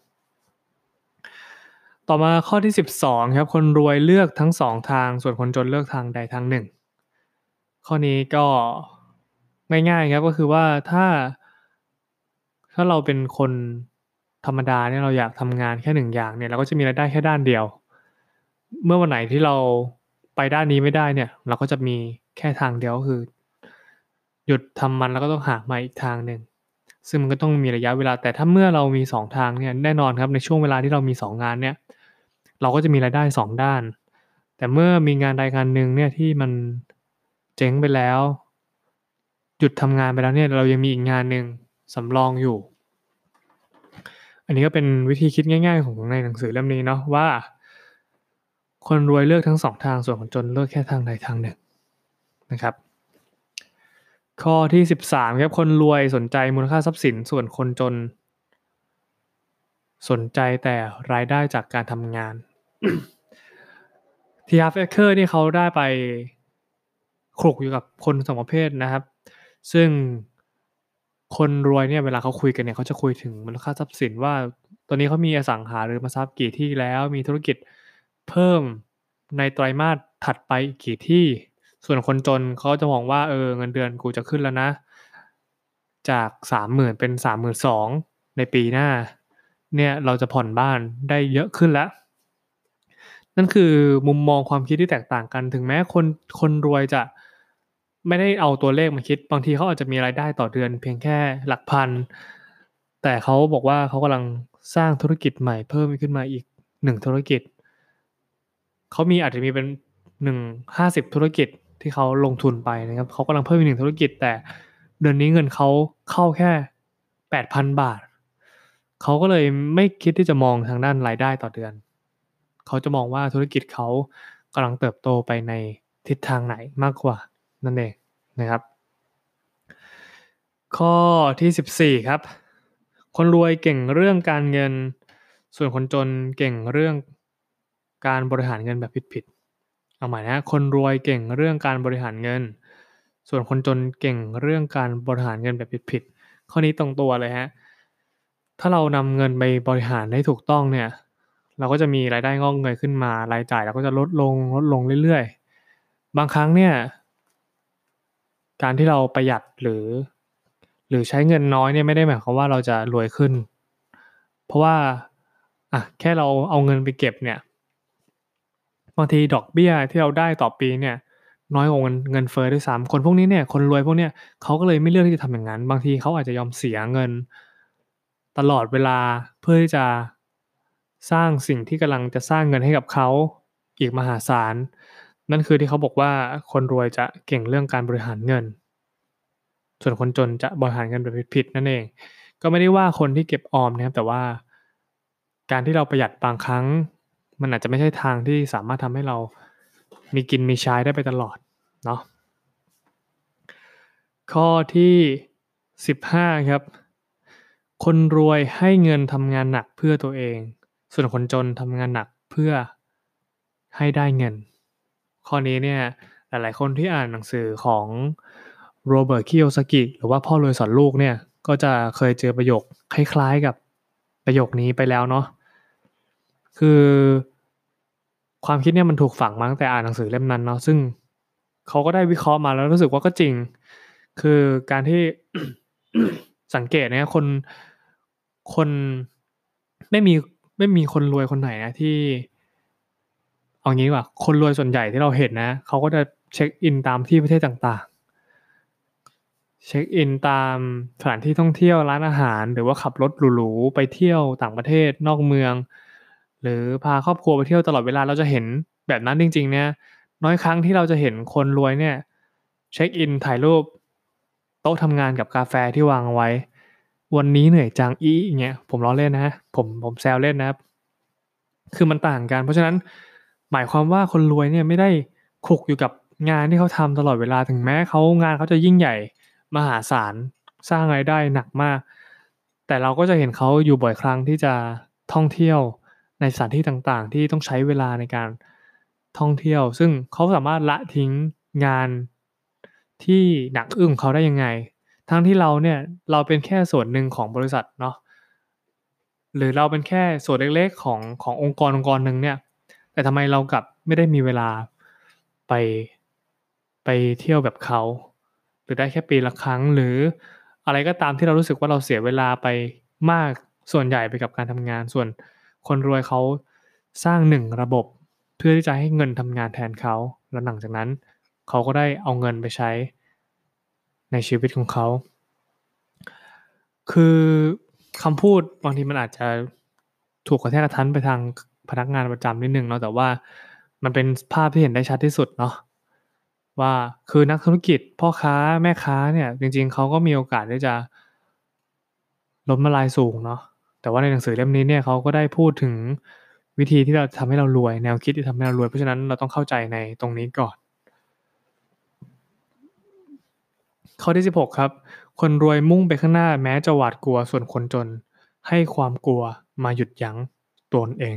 S1: ต่อมาข้อที่สิบสองครับคนรวยเลือกทั้งสองทางส่วนคนจนเลือกทางใดทางหนึ่งข้อนี้ก็ง่ายๆครับก็คือว่าถ้าถ้าเราเป็นคนธรรมดาเนี่ยเราอยากทำงานแค่หนึ่งอย่างเนี่ยเราก็จะมีรายได้แค่ด้านเดียวเมื่อวันไหนที่เราไปด้านนี้ไม่ได้เนี่ยเราก็จะมีแค่ทางเดียวก็คือหยุดทำมันแล้วก็ต้องหามาอีกทางหนึ่งซึ่งมันก็ต้องมีระยะเวลาแต่ถ้าเมื่อเรามีสองทางเนี่ยแน่นอนครับในช่วงเวลาที่เรามีสองงานเนี่ยเราก็จะมีรายได้สองด้านแต่เมื่อมีงานใดงานหนึ่งเนี่ยที่มันเจ๊งไปแล้วหยุดทำงานไปแล้วเนี่ยเรายังมีอีกงานหนึ่งสำรองอยู่อันนี้ก็เป็นวิธีคิดง่ายๆของในหนังสือเล่มนี้เนาะว่าคนรวยเลือกทั้งสองทางส่วนคนจนเลือกแค่ทางใดทางหนึ่งนะครับข้อที่สิบสามครับคนรวยสนใจมูลค่าทรัพย์สินส่วนคนจนสนใจแต่รายได้จากการทำงาน ที Harv Eker นี่เขาได้ไปคลุกอยู่กับคนสองประเภทนะครับซึ่งคนรวยเนี่ยเวลาเขาคุยกันเนี่ยเขาจะคุยถึงมูลค่าทรัพย์สินว่าตอนนี้เขามีอสังหาริมทรัพย์กี่ที่แล้วมีธุรกิจเพิ่มในไตรมาสถัดไปอีกกี่ที่ส่วนคนจนเขาจะมองว่าเออเงินเดือนกูจะขึ้นแล้วนะจาก สามหมื่น เป็น สามหมื่นสองพัน ในปีหน้าเนี่ยเราจะผ่อนบ้านได้เยอะขึ้นแล้วนั่นคือมุมมองความคิดที่แตกต่างกันถึงแม้คนคนรวยจะไม่ได้เอาตัวเลขมาคิดบางทีเขาอาจจะมีรายได้ต่อเดือนเพียงแค่หลักพันแต่เขาบอกว่าเขากำลังสร้างธุรกิจใหม่เพิ่มขึ้นมาอีกหนึ่งธุรกิจเขามีอาจจะมีเป็นหนึ่ง ห้าสิบธุรกิจที่เขาลงทุนไปนะครับเขากำลังเพิ่มอีกหนึ่งธุรกิจแต่เดือนนี้เงินเขาเข้าแค่ แปดพัน บาทเขาก็เลยไม่คิดที่จะมองทางด้านรายได้ต่อเดือนเขาจะมองว่าธุรกิจเขากำลังเติบโตไปในทิศทางไหนมากกว่านั่นเองนะครับข้อที่สิบสี่ครับคนรวยเก่งเรื่องการเงินส่วนคนจนเก่งเรื่องการบริหารเงินแบบผิดๆเอาใหม่นะคนรวยเก่งเรื่องการบริหารเงินส่วนคนจนเก่งเรื่องการบริหารเงินแบบผิดๆข้อนี้ตรงตัวเลยครับถ้าเรานำเงินไปบริหารได้ถูกต้องเนี่ยเราก็จะมีรายได้งอกเงยขึ้นมารายจ่ายเราก็จะลดลงลดลงเรื่อยๆบางครั้งเนี่ยการที่เราประหยัดหรือหรือใช้เงินน้อยเนี่ยไม่ได้หมายความว่าเราจะรวยขึ้นเพราะว่าอะแค่เราเอาเงินไปเก็บเนี่ยบางทีดอกเบี้ยที่เราได้ต่อปีเนี่ยน้อยกว่าเงินเงินเฟ้อด้วยซ้ำคนพวกนี้เนี่ยคนรวยพวกเนี้ยเขาก็เลยไม่เลือกที่จะทำอย่างนั้นบางทีเขาอาจจะยอมเสียเงินตลอดเวลาเพื่อที่จะสร้างสิ่งที่กำลังจะสร้างเงินให้กับเขาอีกมหาศาลนั่นคือที่เขาบอกว่าคนรวยจะเก่งเรื่องการบริหารเงินส่วนคนจนจะบริหารเงินแบบผิดๆนั่นเองก็ไม่ได้ว่าคนที่เก็บออมนะครับแต่ว่าการที่เราประหยัดบางครั้งมันอาจจะไม่ใช่ทางที่สามารถทำให้เรามีกินมีใช้ได้ไปตลอดเนาะข้อที่สิบห้าครับคนรวยให้เงินทำงานหนักเพื่อตัวเองส่วนคนจนทำงานหนักเพื่อให้ได้เงินข้อนี้เนี่ยหลายๆคนที่อ่านหนังสือของโรเบิร์ตคิโยซากิหรือว่าพ่อรวยสอนลูกเนี่ยก็จะเคยเจอประโยคคล้ายๆกับประโยคนี้ไปแล้วเนาะคือความคิดเนี่ยมันถูกฝังมาตั้งแต่อ่านหนังสือเล่มนั้นเนาะซึ่งเขาก็ได้วิเคราะห์มาแล้วรู้สึกว่าก็จริงคือการที่ สังเกตนะครับคนคนไม่มีไม่มีคนรวยคนไหนนะที่เอางี้ดีกว่าคนรวยส่วนใหญ่ที่เราเห็นนะเขาก็จะเช็กอินตามที่ประเทศต่างๆเช็กอินตามสถานที่ท่องเที่ยวร้านอาหารหรือว่าขับรถหรูๆไปเที่ยวต่างประเทศนอกเมืองหรือพาครอบครัวไปเที่ยวตลอดเวลาเราจะเห็นแบบนั้นจริงๆเนี่ยน้อยครั้งที่เราจะเห็นคนรวยเนี่ยเช็กอินถ่ายรูปโต๊ะทำงานกับกาแฟที่วางเอาไว้วันนี้เหนื่อยจังอี้อย่างเงี้ยผมล้อเล่นนะผมผมแซวเล่นนะครับคือมันต่างกันเพราะฉะนั้นหมายความว่าคนรวยเนี่ยไม่ได้ขลุกอยู่กับงานที่เขาทำตลอดเวลาถึงแม้เขางานเขาจะยิ่งใหญ่มหาศาลสร้างรายได้หนักมากแต่เราก็จะเห็นเขาอยู่บ่อยครั้งที่จะท่องเที่ยวในสถานที่ต่างๆที่ต้องใช้เวลาในการท่องเที่ยวซึ่งเขาสามารถละทิ้งงานที่หนักอึ้งของเขาได้ยังไงทั้งที่เราเนี่ยเราเป็นแค่ส่วนหนึ่งของบริษัทเนาะหรือเราเป็นแค่ส่วนเล็กๆของขององค์กรองค์กรหนึ่งเนี่ยแต่ทำไมเรากลับไม่ได้มีเวลาไปไปเที่ยวแบบเขาหรือได้แค่ปีละครั้งหรืออะไรก็ตามที่เรารู้สึกว่าเราเสียเวลาไปมากส่วนใหญ่ไปกับการทำงานส่วนคนรวยเขาสร้างหนึ่งระบบเพื่อที่จะให้เงินทำงานแทนเขาแล้วหลังจากนั้นเขาก็ได้เอาเงินไปใช้ในชีวิตของเขาคือคำพูดบางทีมันอาจจะถูกกระแทกกระทันไปทางพนักงานประจำนิดหนึ่งเนาะแต่ว่ามันเป็นภาพที่เห็นได้ชัดที่สุดเนาะว่าคือนักธุรกิจพ่อค้าแม่ค้าเนี่ยจริงๆเขาก็มีโอกาสที่จะล้มละลายสูงเนาะแต่ว่าในหนังสือเล่มนี้เนี่ยเขาก็ได้พูดถึงวิธีที่เราทำให้เรารวยแนวคิดที่ทำให้เรารวยเพราะฉะนั้นเราต้องเข้าใจในตรงนี้ก่อนข้อที่สิบหกครับคนรวยมุ่งไปข้างหน้าแม้จะหวาดกลัวส่วนคนจนให้ความกลัวมาหยุดยั้งตนเอง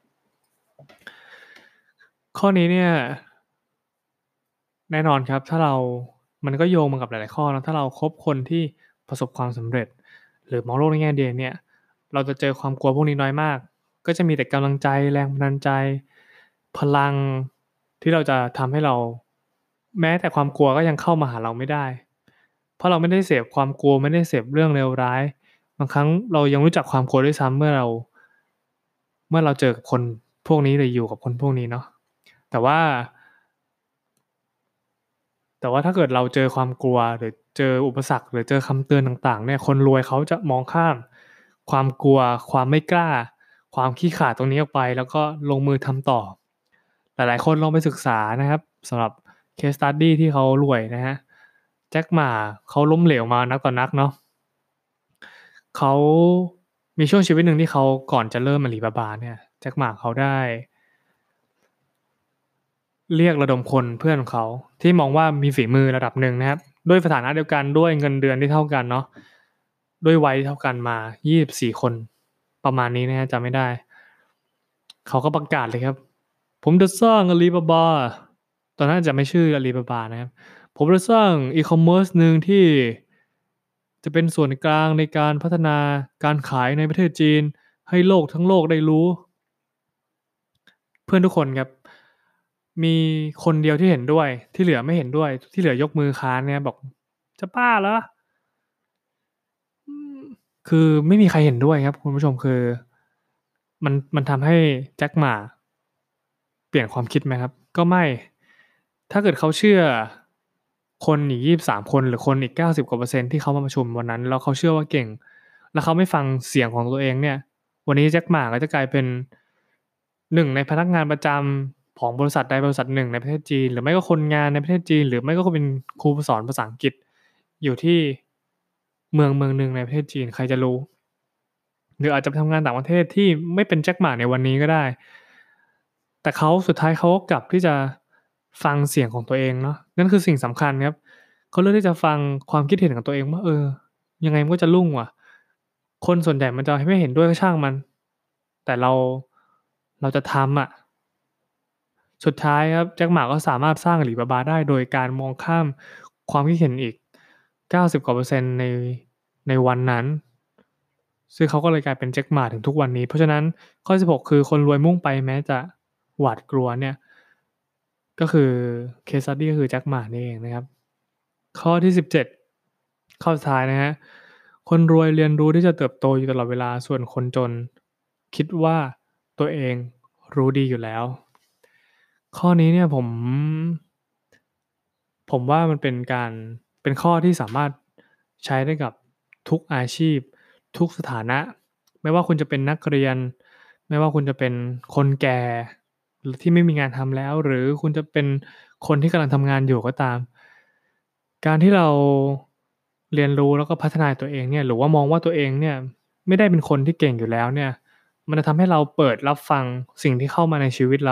S1: ข้อนี้เนี่ย แน่นอนครับถ้าเรามันก็โยงมากับหลายๆข้อเนาะถ้าเราคบคนที่ประสบความสำเร็จหรือมองโลกในแง่ดีเนี่ยเราจะเจอความกลัวพวกนี้น้อยมากก็จะมีแต่กำลังใจแรงบันดาลใจพลังที่เราจะทำให้เราแม้แต่ความกลัวก็ยังเข้ามาหาเราไม่ได้เพราะเราไม่ได้เสพความกลัวไม่ได้เสพเรื่องเลวร้ายบางครั้งเรายังรู้จักความกลัวด้วยซ้ำเมื่อเราเมื่อเราเจอกับคนพวกนี้หรืออยู่กับคนพวกนี้เนาะแต่ว่า แต่ว่าถ้าเกิดเราเจอความกลัวหรือเจออุปสรรคหรือเจอคำเตือนต่างๆเนี่ยคนรวยเขาจะมองข้ามความกลัวความไม่กล้าความขี้ขลาดตรงนี้ออกไปแล้วก็ลงมือทำต่อหลายๆคนลองไปศึกษานะครับสำหรับ Case Study ที่เขารวยนะครับแจ็คหม่าเขาล้มเหลวมานักต่อนักเนาะเขามีช่วงชีวิตหนึ่งที่เขาก่อนจะเริ่ม Alibaba เนี่ยแจ็คหม่าเขาได้ เรียกระดมคนเพื่อนของเขาที่มองว่ามีฝีมือระดับหนึ่งนะครับด้วยสถานะเดียวกันด้วยเงินเดือนที่เท่ากันเนาะด้วยวัยที่เท่ากันมายี่สิบสี่คนประมาณนี้นะครับจำไม่ได้เขาก็ประกาศเลยครับผมจะสร้าง Alibaba ตอนนั้นอาจจะไม่ชื่อ Alibaba นะครับผมจะสร้างอีคอมเมิร์ซหนึ่งที่จะเป็นส่วนกลางในการพัฒนาการขายในประเทศจีนให้โลกทั้งโลกได้รู้ เพื่อนทุกคนครับมีคนเดียวที่เห็นด้วยที่เหลือไม่เห็นด้วยที่เหลือยกมือค้านเนี่ยบอกจะบ้าเหรออืมคือไม่มีใครเห็นด้วยครับคุณผู้ชมคือมันมันทำให้แจ็คหม่าเปลี่ยนความคิดไหมครับก็ไม่ถ้าเกิดเขาเชื่อคนอีกยี่สิบสามคนหรือคนอีกเก้าสิบกว่าเปอร์เซ็นต์ที่เขามาประชุมวันนั้นแล้วเขาเชื่อว่าเก่งแล้วเขาไม่ฟังเสียงของตัวเองเนี่ยวันนี้แจ็คหม่าก็จะกลายเป็นหนึ่งในพนักงานประจำของบริษัทใดบริษัทหนึ่งในประเทศจีนหรือไม่ก็คนงานในประเทศจีนหรือไม่ก็เป็นครูสอนภาษาอังกฤษอยู่ที่เมืองเมืองหนึ่งในประเทศจีนใครจะรู้หรืออาจจะไปทำงานต่างประเทศที่ไม่เป็นแจ็คหม่าในวันนี้ก็ได้แต่เขาสุดท้ายเขาก็กลับที่จะฟังเสียงของตัวเองเนาะนั่นคือสิ่งสำคัญครับเขาเลือกที่จะฟังความคิดเห็นของตัวเองว่าเออยังไงมันก็จะรุ่งว่ะคนส่วนใหญ่มันจะไม่เห็นด้วยก็ช่างมันแต่เราเราจะทำอะ สุดท้ายครับแจ็คหม่าก็สามารถสร้างหลีบาบาได้โดยการมองข้ามความคิดเห็นอีกเก้าสิบกว่าเปอร์เซ็นต์ในในวันนั้นซึ่งเขาก็เลยกลายเป็นแจ็คหม่าถึงทุกวันนี้เพราะฉะนั้นข้อที่สิบหกคือคนรวยมุ่งไปแม้จะหวาดกลัวเนี่ยก็คือ Case study ก็คือแจ็คหม่านี่เองนะครับข้อที่สิบเจ็ดข้อสุดท้ายนะครับคนรวยเรียนรู้ที่จะเติบโตอยู่ตลอดเวลาส่วนคนจนคิดว่าตัวเองรู้ดีอยู่แล้ว ข้อนี้เนี่ยผมผมว่ามันเป็นการเป็นข้อที่สามารถใช้ได้กับทุกอาชีพทุกสถานะไม่ว่าคุณจะเป็นนักเรียนไม่ว่าคุณจะเป็นคนแก่หรือที่ไม่มีงานทำแล้วหรือคุณจะเป็นคนที่กำลังทำงานอยู่ก็ตามการที่เราเรียนรู้แล้วก็พัฒนาตัวเองเนี่ยหรือว่ามองว่าตัวเองเนี่ยไม่ได้เป็นคนที่เก่งอยู่แล้วเนี่ยมันจะทำให้เราเปิดรับฟังสิ่งที่เข้ามาในชีวิตเรา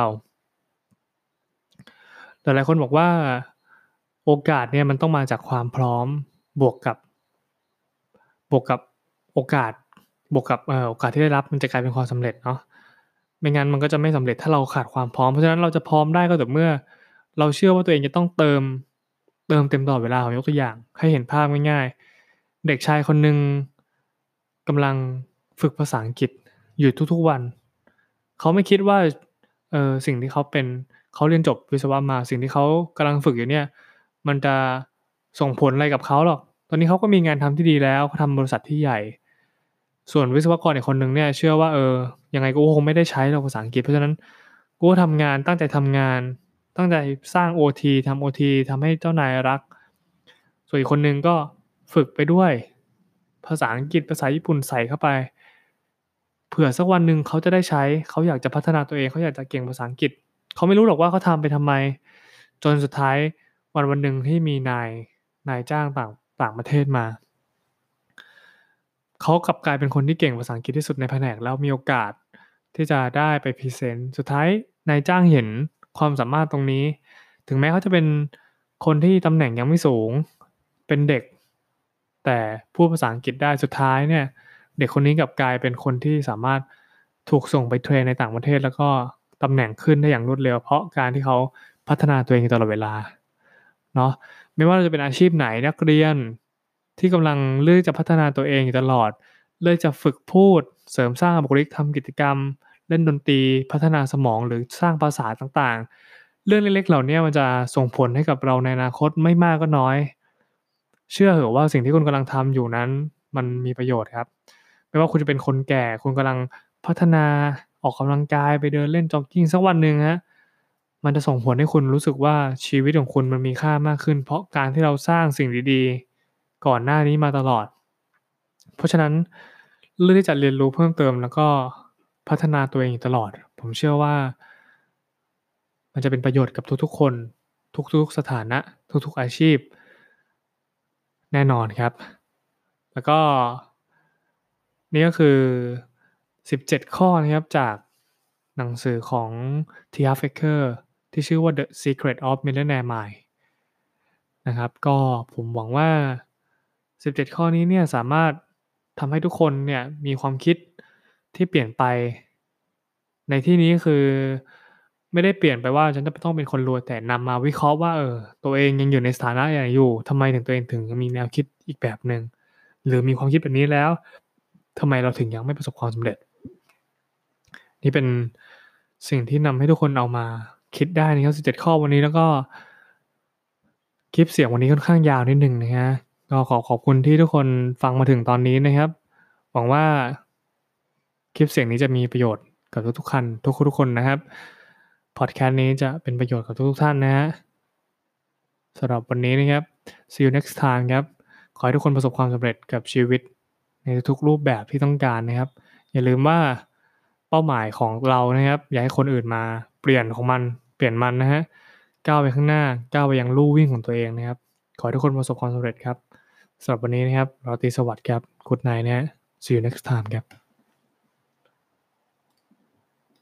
S1: หลายๆคนบอกว่าโอกาสเนี่ยมันต้องมาจากความพร้อมบวกกับบวกกับโอกาสบวกกับเอ่อโอกาสที่ได้รับมันจะกลายเป็นความสำเร็จเนาะไม่งั้นมันก็จะไม่สำเร็จถ้าเราขาดความพร้อมเพราะฉะนั้นเราจะพร้อมได้ก็ต่อเมื่อเราเชื่อว่าตัวเองจะต้องเติมเติมเต็มตลอดเวลาผมยกตัวอย่างให้เห็นภาพง่ายๆเด็กชายคนหนึ่งกำลังฝึกภาษาอังกฤษอยู่ทุกๆวันเขาไม่คิดว่า เออสิ่งที่เขาเป็นเขาเรียนจบวิศวะมาสิ่งที่เขากำลังฝึกอยู่เนี่ยมันจะส่งผลอะไรกับเขาหรอกตอนนี้เขาก็มีงานทำที่ดีแล้วเขาทำบริษัทที่ใหญ่ส่วนวิศวกรอีกคนหนึ่งเนี่ยเชื่อว่าเออยังไงกูก็คงไม่ได้ใช้หรอกภาษาอังกฤษเพราะฉะนั้นกูก็ทำงานตั้งใจทำงานตั้งใจสร้างโอทีทำโอทีทำให้เจ้านายรักส่วนอีกคนหนึ่งก็ฝึกไปด้วยภาษาอังกฤษภาษาญี่ปุ่นใส่เข้าไปเผื่อสักวันหนึ่งเขาจะได้ใช้เขาอยากจะพัฒนาตัวเองเขาอยากจะเก่งภาษาอังกฤษ เขาไม่รู้หรอกว่าเขาทำไปทำไมจนสุดท้ายวันวันหนึ่งที่มีนายนายจ้างต่างต่างประเทศมาเขากลับกลายเป็นคนที่เก่งภาษาอังกฤษที่สุดในแผนกแล้วมีโอกาสที่จะได้ไปพรีเซนต์สุดท้ายนายจ้างเห็นความสามารถตรงนี้ถึงแม้เขาจะเป็นคนที่ตำแหน่งยังไม่สูงเป็นเด็กแต่พูดภาษาอังกฤษได้สุดท้ายเนี่ยเด็กคนนี้กลับกลายเป็นคนที่สามารถถูกส่งไปเทรนในต่างประเทศแล้วก็ตำแหน่งขึ้นได้อย่างรวดเร็วเพราะการที่เขาพัฒนาตัวเองอยู่ตลอดเวลาเนาะไม่ว่าเราจะเป็นอาชีพไหนนักเรียนที่กำลังเลือกจะพัฒนาตัวเองอยู่ตลอดเลือกจะฝึกพูดเสริมสร้างบุคลิกทำกิจกรรมเล่นดนตรีพัฒนาสมองหรือสร้างภาษาต่างๆเรื่องเล็กๆเหล่าเนี้ยมันจะส่งผลให้กับเราในอนาคตไม่มากก็น้อยเชื่อเถอะว่าสิ่งที่คุณกำลังทำอยู่นั้นมันมีประโยชน์ครับไม่ว่าคุณจะเป็นคนแก่คุณกำลังพัฒนาออกกำลังกายไปเดินเล่นจ็อกกิงสักวันหนึ่งครับมันจะส่งผลให้คุณรู้สึกว่าชีวิตของคุณมันมีค่ามากขึ้นเพราะการที่เราสร้างสิ่งดีๆก่อนหน้านี้มาตลอดเพราะฉะนั้นเลือกที่จะเรียนรู้เพิ่มเติมแล้วก็พัฒนาตัวเองอยู่ตลอดผมเชื่อว่ามันจะเป็นประโยชน์กับทุกๆคนทุกๆสถานะทุกๆอาชีพแน่นอนครับแล้วก็นี่ก็คือสิบเจ็ดข้อนะครับจากหนังสือของ ที อาร์ Faker ที่ชื่อว่า The Secret of Millionaire Mind นะครับก็ผมหวังว่าสิบเจ็ดข้อนี้เนี่ยสามารถทำให้ทุกคนเนี่ยมีความคิดที่เปลี่ยนไปในที่นี้คือไม่ได้เปลี่ยนไปว่าฉันจะต้องเป็นคนรวยแต่นำมาวิเคราะห์ว่าเอ่อตัวเองยังอยู่ในสถานะไหนอยู่ทำไมถึงตัวเองถึงยังมีแนวคิดอีกแบบหนึ่งหรือมีความคิดแบบนี้แล้วทำไมเราถึงยังไม่ประสบความสำเร็จนี่เป็นสิ่งที่นำให้ทุกคนเอามาคิดได้นะครับสิบเจ็ดข้อวันนี้แล้วก็ คลิปเสียงวันนี้ค่อนข้างยาวนิดหนึ่งนะครับก็ขอขอบคุณที่ทุกคนฟังมาถึงตอนนี้นะครับหวังว่าคลิปเสียงนี้จะมีประโยชน์กับทุกๆคันทุกทุกคนนะครับพอดแคสต์นี้จะเป็นประโยชน์กับทุกๆท่านนะครับสำหรับวันนี้นะครับ see you next time ครับขอให้ทุกคนประสบความสำเร็จกับชีวิตในทุกรูปแบบที่ต้องการนะครับอย่าลืมว่าเป้าหมายของเรานะครับอย่าให้คนอื่นมาเปลี่ยนของมันเปลี่ยนมันนะฮะก้าวไปข้างหน้าก้าวไปยังลู่วิ่งของตัวเองนะครับขอให้ทุกคนประสบความสำเร็จครับสำหรับวันนี้นะครับราตรีสวัสดิ์ครับ Good night นะฮะ see you next time ครับ